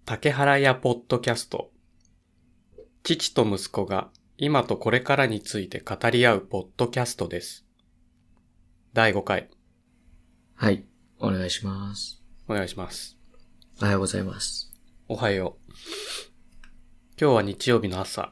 竹原屋ポッドキャスト。父と息子が今とこれからについて語り合うポッドキャストです。第5回。 はい。お願いします。 お願いします。 おはようございます。 おはよう。今日は日曜日の朝。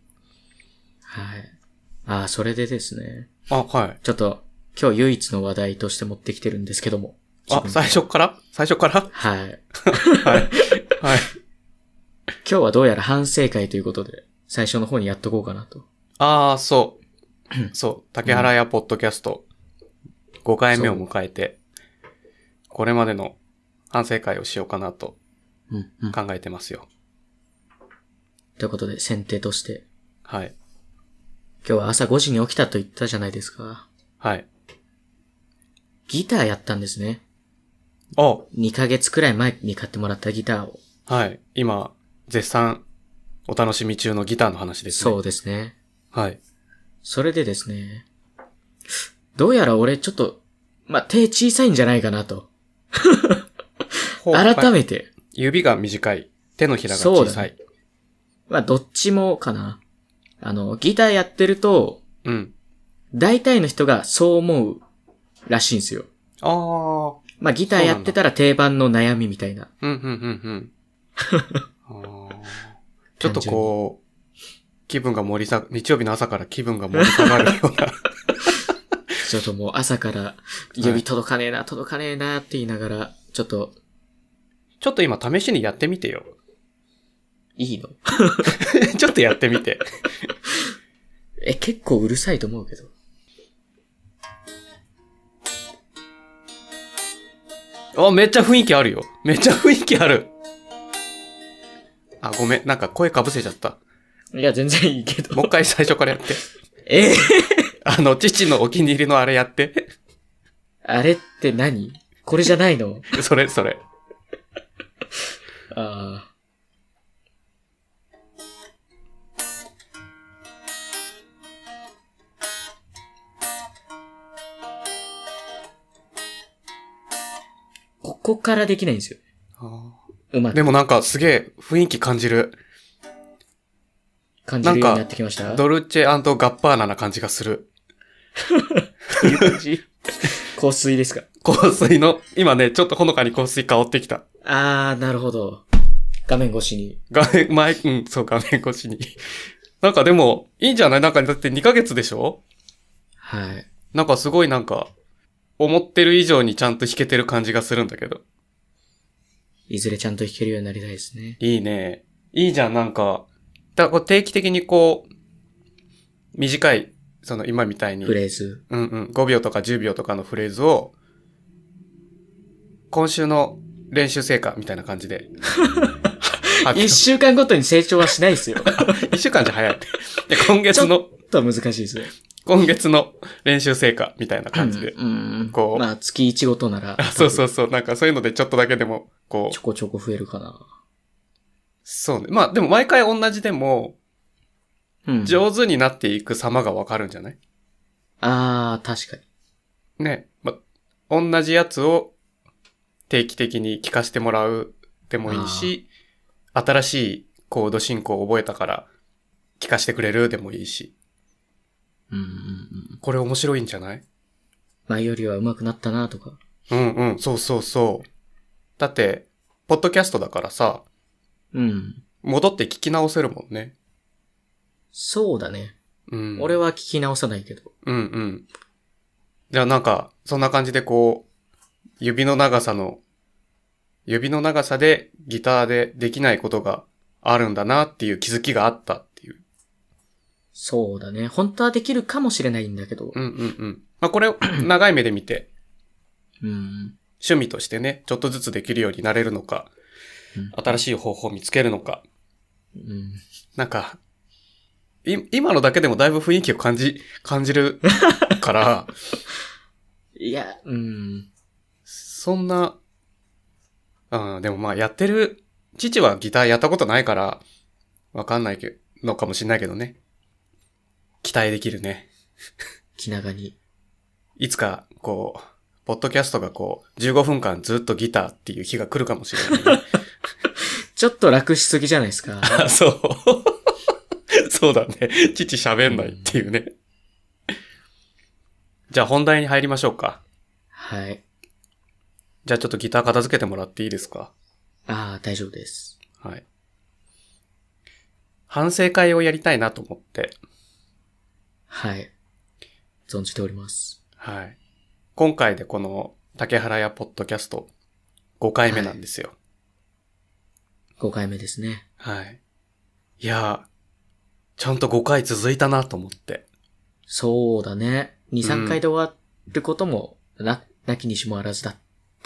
はい。それでですね。 はい。 ちょっと、今日唯一の話題として持ってきてるんですけども。 最初からはい。 はい。はい。 今日はどうやら反省会ということで、最初の方にやっとこうかなと。 そう。そう。竹原屋ポッドキャスト。5回目を迎えて、これまでの反省会をしようかなと考えてますよ。 ということで、先手として。 はい。 今日は朝5時に起きたと言ったじゃないですか。 はい。 ギターやったんですね。2ヶ月くらい前に買ってもらったギターを。 はい。今、絶賛お楽しみ中のギターの話ですね。 そうですね。 はい。 それでですね、どうやら俺ちょっと、手小さいんじゃないかなと。改めて。 指が短い。手のひらが小さい。 そうだね。どっちもかな。ギターやってると、大体の人がそう思うらしいんですよ。ギターやってたら定番の悩みみたいな。 ちょっとこう、日曜日の朝から気分が盛り下がるような。 ちょっともう朝から指届かねえなって言いながら、ちょっと今試しにやってみてよ。 いいのちょっとやってみて。 結構うるさいと思うけど。 めっちゃ雰囲気あるよ。めっちゃ雰囲気ある。ごめん。なんか声かぶせちゃった。 いや、全然いいけど。 もう一回最初からやって。父のお気に入りのあれやって。 あれって何？これじゃないの？ それ。 ここからできないんですよ。うまく。 でもなんかすげえ雰囲気感じる。 感じるようになってきました。 ドルチェ&ガッパーナな感じがする。 いう感じ？香水ですか？ 香水の、今ね、ちょっとほのかに香水香ってきた。 なるほど。画面越しに。 画面越しに。なんかでも、いいんじゃない？なんかだって2ヶ月でしょ？ はい。 なんかすごいなんか、思ってる以上にちゃんと弾けてる感じがするんだけど。 いずれちゃんと弾けるようになりたいですね。 いいね。いいじゃん、なんか。定期的にこう、短い、今みたいに。 フレーズ。 5秒とか10秒とかのフレーズを、今週の練習成果みたいな感じで。 1週間ごとに成長はしないですよ。 1週間じゃ早い。で、今月の。 ちょっと難しいですね。 今月の練習成果みたいな感じで。こう。 月1ごとなら。 そう。なんかそういうのでちょっとだけでも、こう。 ちょこちょこ増えるかな。 そうね。でも毎回同じでも、上手になっていく様がわかるんじゃない？ 確かに。ね。同じやつを定期的に聞かせてもらうでもいいし、新しいコード進行を覚えたから聞かせてくれるでもいいし。これ面白いんじゃない？ 前よりは上手くなったなとか。 そう。だって、ポッドキャストだからさ、戻って聞き直せるもんね。 そうだね。俺は聞き直さないけど。 じゃあなんか、そんな感じでこう、指の長さでギターでできないことがあるんだなっていう気づきがあったっていう。 そうだね。本当はできるかもしれないんだけど。 これを長い目で見て、趣味としてね、ちょっとずつできるようになれるのか、新しい方法を見つけるのか。なんか、今のだけでもだいぶ雰囲気を感じるから。 いや、 そんな、でも父はギターやったことないから、わかんないのかもしれないけどね。期待できるね。 気長に。 いつか、こう、ポッドキャストがこう、15分間ずっとギターっていう日が来るかもしれない、ね。 ちょっと楽しすぎじゃないですか。 そう。そうだね。父喋んないっていうね。じゃあ本題に入りましょうか。 はい。 じゃあちょっとギター片付けてもらっていいですか？ ああ、大丈夫です。 はい。反省会をやりたいなと思って。 はい。存じております。 はい。今回でこの竹原屋ポッドキャスト5回目なんですよ。 はい、5回目ですね。 はい。いや、ちゃんと5回続いたなと思って。 そうだね。2、3回で終わることもなきにしもあらずだった。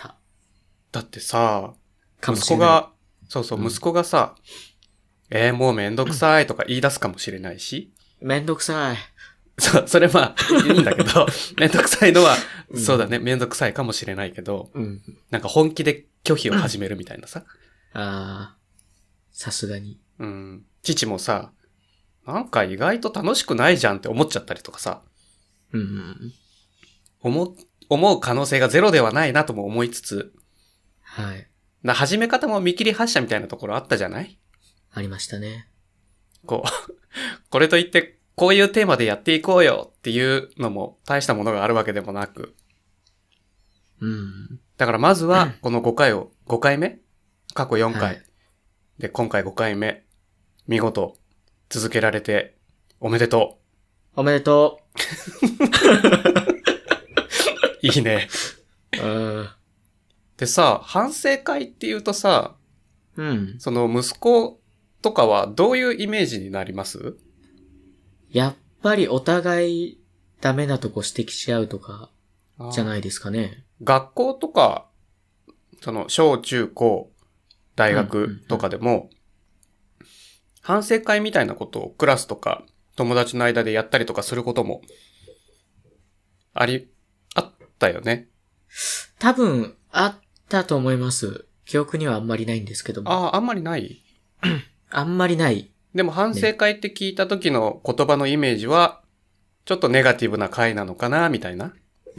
だってさ、息子が、息子がさ、もうめんどくさいとか言い出すかもしれないし。 めんどくさい。 それまあ、いいんだけど、めんどくさいのは、そうだね、めんどくさいかもしれないけど、なんか本気で拒否を始めるみたいなさ。 ああ、さすがに。 父もさ、なんか意外と楽しくないじゃんって思っちゃったりとかさ。思う可能性がゼロではないなとも思いつつ、 はい。 始め方も見切り発車みたいなところあったじゃない？ ありましたね。 これといって、こういうテーマでやっていこうよっていうのも大したものがあるわけでもなく。だからまずは、この5回目過去4回、はい。で、今回5回目。見事、続けられて、おめでとう。おめでとう。いいね。でさ、反省会って言うとさ、その息子とかはどういうイメージになります？ やっぱりお互いダメなとこ指摘し合うとか、じゃないですかね。 学校とか、その小中高、大学とかでも、反省会みたいなことをクラスとか友達の間でやったりとかすることもあったよね。 多分あったと思います。記憶にはあんまりないんですけども。 あんまりないあんまりない。 でも反省会って聞いた時の言葉のイメージは、ちょっとネガティブな会なのかな、みたいな。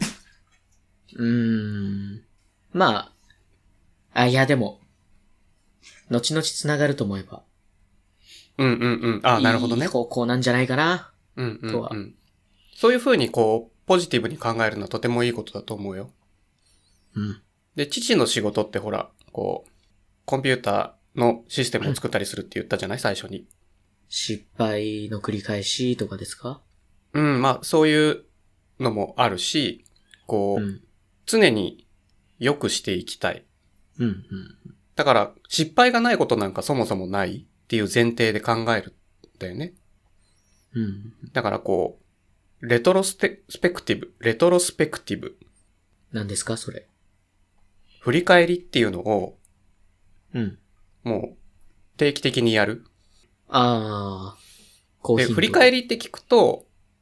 まあ、いやでも、後々つながると思えば。 なるほどね。 いい方向なんじゃないかな。とは。 そういう風にポジティブに考えるのはとてもいいことだと思うよ。で、父の仕事ってほら、コンピューターのシステムを作ったりするって言ったじゃない、最初に。 失敗の繰り返しとかですか？ まあ、そういうのもあるし、常に良くしていきたい。だから、失敗がないことなんかそもそもないっていう前提で考えるんだよね。だからレトロスペクティブ。 何ですかそれ。 振り返りっていうのを、もう、定期的にやる。で、振り返りって聞くと、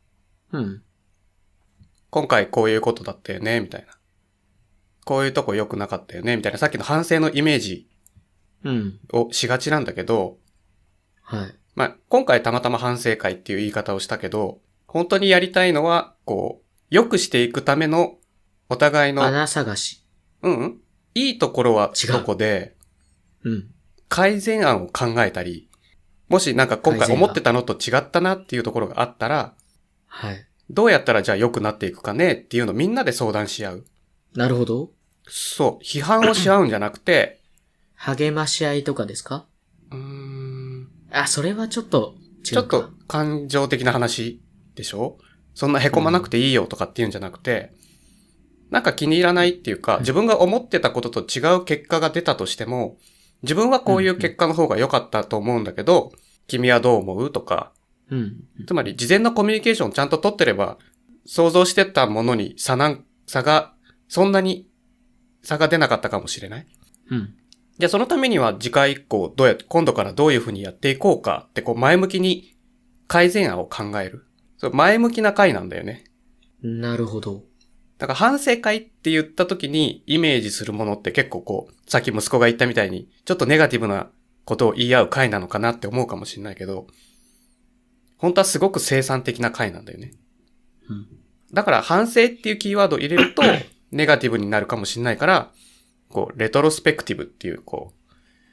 今回こういうことだったよね、みたいな。こういうとこ良くなかったよね、みたいな、さっきの反省のイメージをしがちなんだけど、まあ、今回たまたま反省会っていう言い方をしたけど、本当にやりたいのは、良くしていくための、お互いの、 穴探し。 いいところはどこで、改善案を考えたり、もしなんか今回思ってたのと違ったなっていうところがあったら、どうやったらじゃあ良くなっていくかねっていうのをみんなで相談し合う。 なるほど。 そう、批判をし合うんじゃなくて、 励まし合いとかですか？それはちょっと違うか。 ちょっと感情的な話でしょ？そんな凹まなくていいよとかっていうんじゃなくて、なんか気に入らないっていうか、自分が思ってたことと違う結果が出たとしても、自分はこういう結果の方が良かったと思うんだけど、君はどう思うとか、つまり事前のコミュニケーションをちゃんと取ってれば、想像してたものにそんなに差が出なかったかもしれない。じゃあそのためには次回以降今度からどういうふうにやっていこうかって前向きに改善案を考える。前向きな回なんだよね。 なるほど。 だから反省会って言った時にイメージするものって結構さっき息子が言ったみたいにちょっとネガティブなことを言い合う会なのかなって思うかもしれないけど、本当はすごく生産的な会なんだよね。だから反省っていうキーワードを入れるとネガティブになるかもしれないから、レトロスペクティブっていう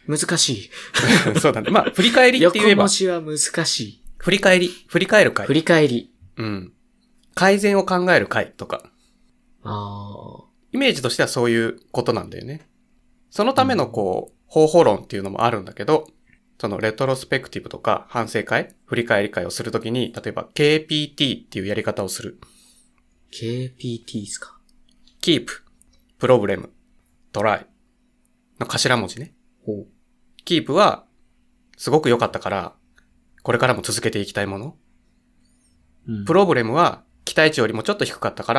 難しい。 そうだね。まあ、振り返りって言えば。 横文字は難しい。 振り返る回。 振り返り。 うん。改善を考える回とか。 ああ。 イメージとしてはそういうことなんだよね。そのための方法論っていうのもあるんだけど、そのレトロスペクティブとか反省会、振り返り会をするときに、例えば KPT っていうやり方をする。 KPT ですか？ Keep, Problem, Try の頭文字ね。 ほう。 Keep は、すごく良かったから、これからも続けていきたいもの。Problem は、期待値よりもちょっと低かったから、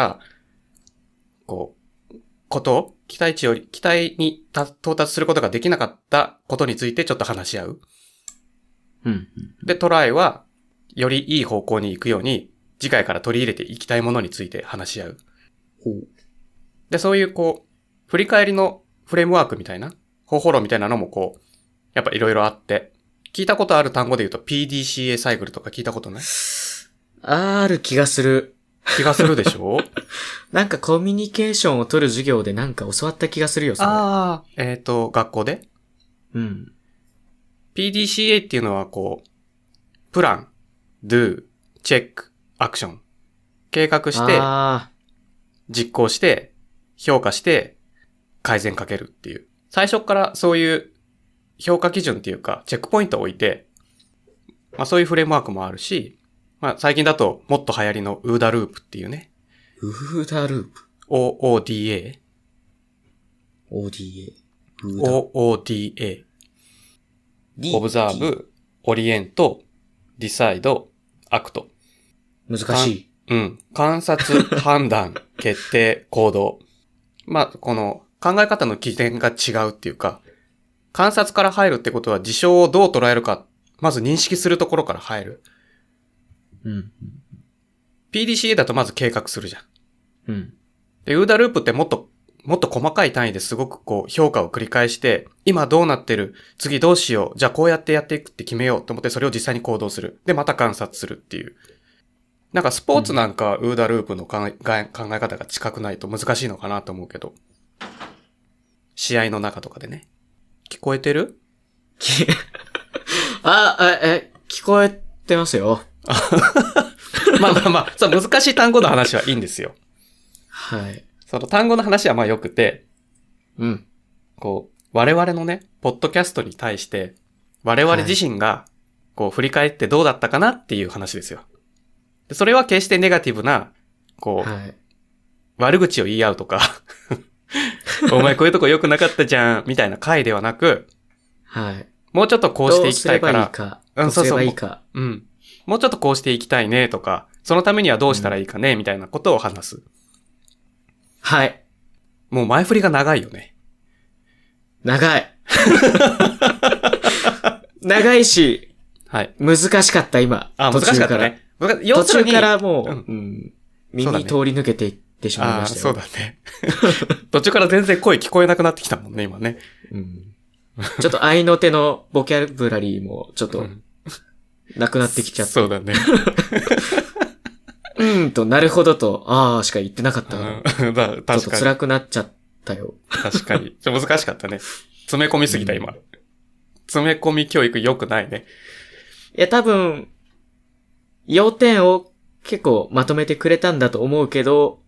期待に到達することができなかったことについてちょっと話し合う。で、トライは、よりいい方向に行くように、次回から取り入れていきたいものについて話し合う。で、そういう振り返りのフレームワークみたいな、方法論みたいなのもやっぱいろいろあって、聞いたことある単語で言うと PDCA サイクルとか聞いたことない？ ある気がする。 気がするでしょ？ なんかコミュニケーションを取る授業でなんか教わった気がするよ、それ。 ああ、学校で？ うん。 PDCA っていうのはプラン、do、チェック、アクション。計画して、実行して、評価して、改善かけるっていう。最初からそういう評価基準っていうか、チェックポイントを置いて、まあそういうフレームワークもあるし、まあ最近だともっと流行りのウーダループっていうね。 ウーダループ OODA。 ODA。 OODA。Observe、Orient、Decide、Act。 難しい。 うん。観察、判断、決定、行動。まあ、この考え方の起点が違うっていうか、観察から入るってことは事象をどう捉えるか、まず認識するところから入る。PDCA だとまず計画するじゃん。で、ウーダループってもっと細かい単位ですごく評価を繰り返して、今どうなってる？次どうしよう？じゃあこうやってやっていくって決めようと思ってそれを実際に行動する。で、また観察するっていう。なんかスポーツなんかウーダループの考え方が近くないと難しいのかなと思うけど。試合の中とかでね。聞こえてる？ 聞こえてますよ。 まあ、そう難しい単語の話はいいんですよ。 はい。 その単語の話はまあ良くて、我々のね、ポッドキャストに対して、我々自身が、振り返ってどうだったかなっていう話ですよ。でそれは決してネガティブな、悪口を言い合うとか、お前こういうとこ良くなかったじゃん、みたいな回ではなく、もうちょっとこうしていきたいから、 どうすればいいか。 もうちょっとこうしていきたいねとか、そのためにはどうしたらいいかね、みたいなことを話す。 はい。 もう前振りが長いよね。 長い。長いし、難しかった今。 難しかったね。 途中からもう、耳通り抜けていってしまいましたよ。 そうだね。途中から全然声聞こえなくなってきたもんね、今ね。 ちょっと合いの手のボキャブラリーもちょっと、なくなってきちゃった。 そうだね。 なるほどと、しか言ってなかったから。 確かに。 ちょっと辛くなっちゃったよ。 確かに。難しかったね。詰め込みすぎた、今。詰め込み教育良くないね。 いや、多分、要点を結構まとめてくれたんだと思うけど、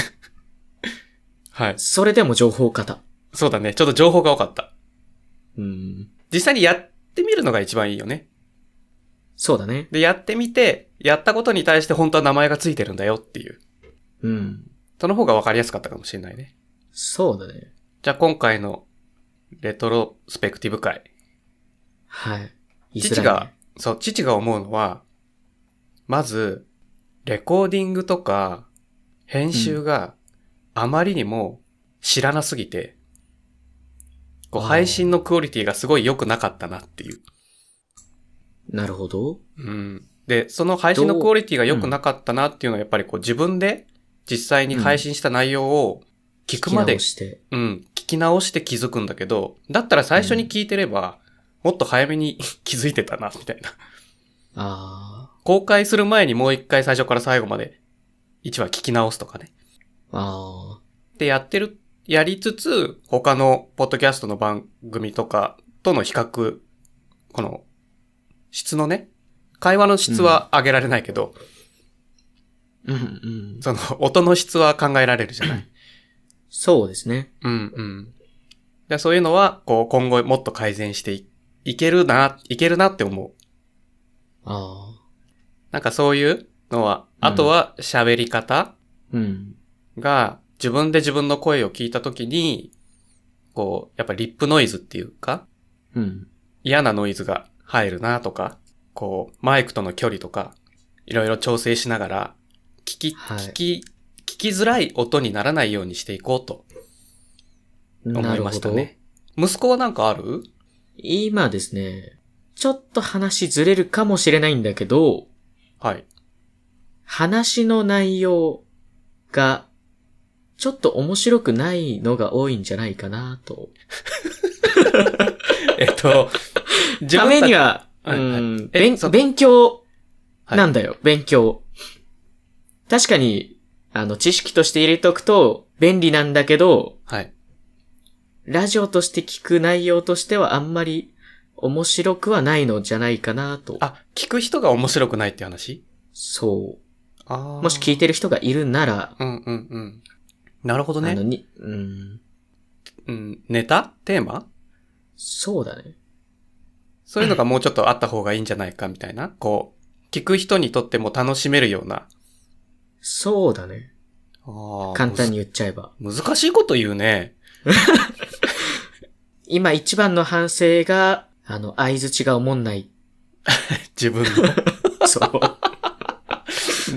はい。 それでも情報型。 そうだね。ちょっと情報が多かった。実際にやってみるのが一番いいよね。 そうだね。 で、やってみて、やったことに対して本当は名前がついてるんだよっていう。その方が分かりやすかったかもしれないね。 そうだね。 じゃあ今回のレトロスペクティブ会。 はい。 父が思うのは、まず、レコーディングとか、編集があまりにも知らなすぎて、配信のクオリティがすごい良くなかったなっていう。 なるほど。 で、その配信のクオリティが良くなかったなっていうのはやっぱり自分で実際に配信した内容を聞くまで、聞き直して気づくんだけど、だったら最初に聞いてれば、もっと早めに気づいてたな、みたいな。公開する前にもう一回最初から最後まで1話聞き直すとかね。で、やりつつ、他のポッドキャストの番組とかとの比較、この質のね、会話の質は上げられないけど、その音の質は考えられるじゃない。 そうですね。 でそういうのは、こう、今後もっと改善していけるなって思う。なんかそういうのは、あとは喋り方が、自分で自分の声を聞いたときに、こう、やっぱリップノイズっていうか、嫌なノイズが入るなとか、こう、マイクとの距離とか、いろいろ調整しながら、聞きづらい音にならないようにしていこうと思いましたね。息子はなんかある？ 今ですね、ちょっと話ずれるかもしれないんだけど、 はい。 話の内容がちょっと面白くないのが多いんじゃないかなと。ためには、勉強なんだよ、勉強。確かに、知識として入れとくと便利なんだけど、 はい。 ラジオとして聞く内容としてはあんまり面白くはないのじゃないかなと。 聞く人が面白くないって話？ そう。もし聞いてる人がいるなら。 なるほどね。ネタ？テーマ？ そうだね。 そういうのがもうちょっとあった方がいいんじゃないかみたいな。こう、聞く人にとっても楽しめるような。 そうだね。簡単に言っちゃえば。 難しいこと言うね。 今一番の反省が、相槌がおもんない。 自分の。 そう。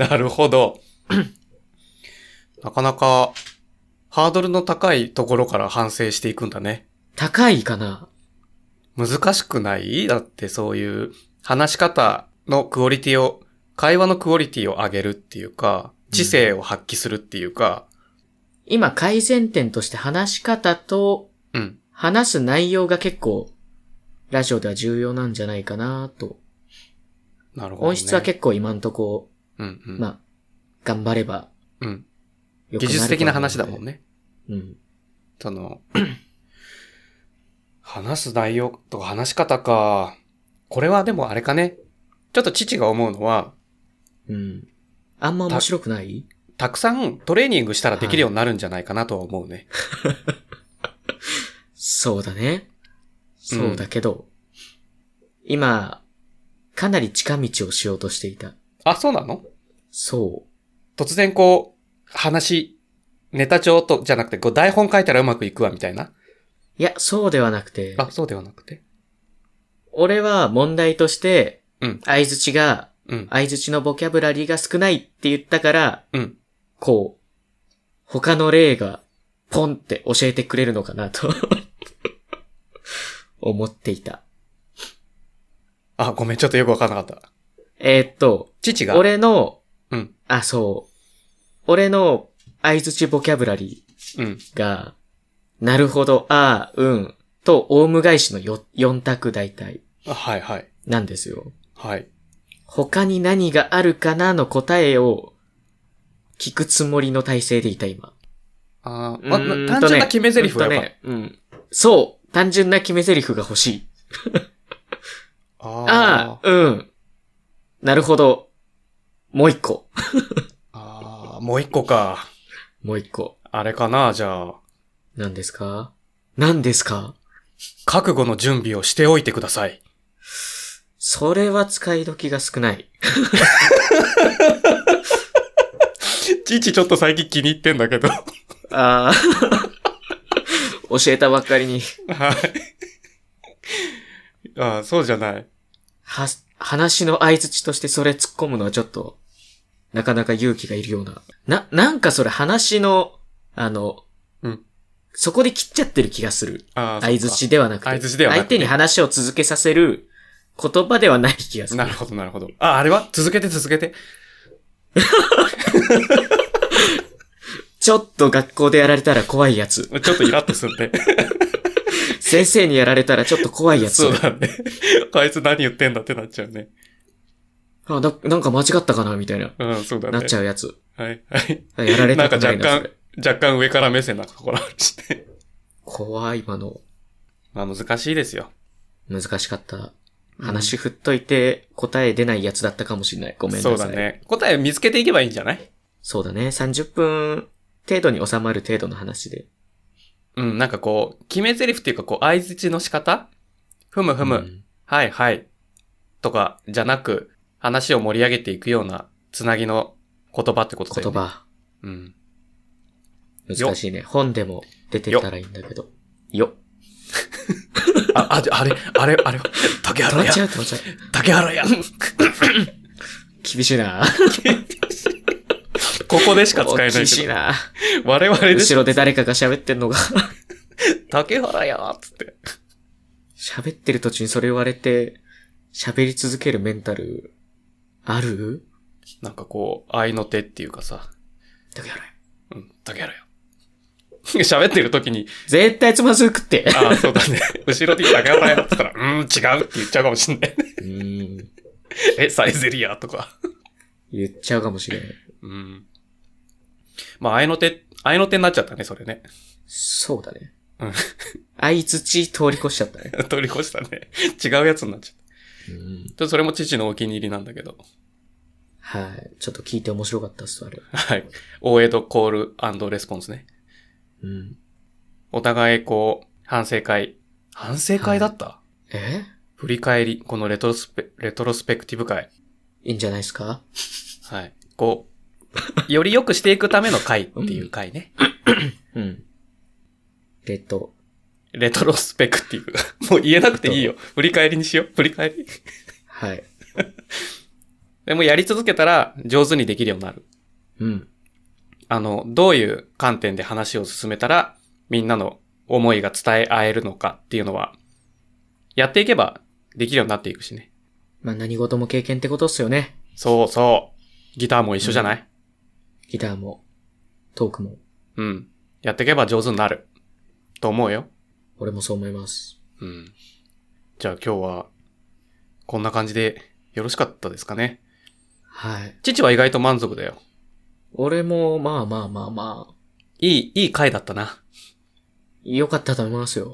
なるほど。なかなか、ハードルの高いところから反省していくんだね。 高いかな？ 難しくない？だってそういう話し方のクオリティを、会話のクオリティを上げるっていうか、知性を発揮するっていうか。 今改善点として話し方と、話す内容が結構、ラジオでは重要なんじゃないかなと。 なるほど、ね。 音質は結構今んとこ、まあ、頑張れば。 技術的な話だもんね。話す内容とか話し方か。これはでもあれかね。ちょっと父が思うのは、 あんま面白くない？ たくさんトレーニングしたらできるようになるんじゃないかなとは思うね。 そうだね。そうだけど、今、かなり近道をしようとしていた。 そうなの？ そう。 突然こう、ネタ帳と、じゃなくて、こう台本書いたらうまくいくわみたいな。 いや、そうではなくて。 そうではなくて。 俺は問題として、相槌が、相槌のボキャブラリーが少ないって言ったから、こう、他の例が、ポンって教えてくれるのかなと、思っていた。 ごめん、ちょっとよくわからなかった。 父が俺の、そう。俺の相槌ボキャブラリーが、なるほど、と、オウム返しの4択大体。 はいはい。 なんですよ。 はい。 他に何があるかなの答えを聞くつもりの体勢でいた今。 単純な決め台詞がやっぱ、 そう。単純な決め台詞が欲しい。なるほど。もう一個。 もう一個か。 もう一個。 あれかな、じゃあ。 何ですか？何ですか？ 覚悟の準備をしておいてください。 それは使い時が少ない。 父ちょっと最近気に入ってんだけど。 教えたばっかりに。 はい。そうじゃない。 話の相槌としてそれ突っ込むのはちょっと、なかなか勇気がいるような。なんかそれ話の、そこで切っちゃってる気がする。相槌ではなくて。相手に話を続けさせる言葉ではない気がする。 なるほど、なるほど。あれは続けて。 ちょっと学校でやられたら怖いやつ。 ちょっとイラッとするね。 先生にやられたらちょっと怖いやつ。 そうだね。あいつ何言ってんだってなっちゃうね。 なんか間違ったかなみたいな。 そうだね。 なっちゃうやつ。 はい。 やられたくないな。 なんか若干上から目線なところあるしね。 怖い、今の。 難しいですよ。 難しかった。話振っといて答え出ないやつだったかもしれない。ごめんなさい。 そうだね。答え見つけていけばいいんじゃない？ そうだね。30分程度に収まる程度の話で。 なんかこう、決め台詞っていうかこう、相槌の仕方？ふむ、はいはい。とか、じゃなく、話を盛り上げていくような、つなぎの言葉ってことだよね。 言葉。難しいね。本でも出てたらいいんだけど。よ。 あれは、竹原や。竹原や。 厳しいな。 ここでしか使えないけど。 厳しいな。 我々で後ろで誰かが喋ってんのが。 竹原やーつって。 喋ってる途中にそれ言われて、喋り続けるメンタル、ある？ なんかこう、愛の手っていうかさ。 竹原や。 竹原や。喋ってる時に。 絶対つまずくって。 ああ、そうだね。後ろで竹原やって言ったら、違うって言っちゃうかもしんない。サイゼリアとか。 言っちゃうかもしれない。 まあ、愛の手になっちゃったね、それね。 そうだね。相槌通り越しちゃったね。 通り越したね。違うやつになっちゃった。ちょっとそれも父のお気に入りなんだけど。 はい。ちょっと聞いて面白かったっす、あれ。 はい。大江戸コール&レスポンスね。お互いこう、反省会だった？振り返り、このレトロスペクティブ会。 いいんじゃないですか？ はい。こう、より良くしていくための会っていう会ね。 レトロスペクティブ。もう言えなくていいよ。振り返りにしよう。振り返り。 はい。 でもやり続けたら上手にできるようになる。どういう観点で話を進めたらみんなの思いが伝え合えるのかっていうのは、やっていけばできるようになっていくしね。 まあ何事も経験ってことっすよね。 そうそう。ギターも一緒じゃない？ ギターも、トークも。 やっていけば上手になる。と思うよ。 俺もそう思います。 じゃあ今日は、こんな感じでよろしかったですかね。 はい。 父は意外と満足だよ。 俺も、まあ。 いい回だったな。 よかったと思いますよ。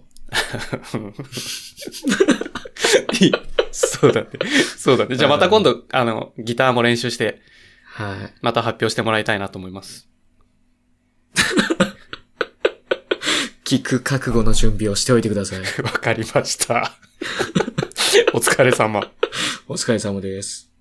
そうだね。じゃあまた今度、ギターも練習して、 はい。 また発表してもらいたいなと思います。 聞く覚悟の準備をしておいてください。 わかりました。お疲れ様。 お疲れ様です。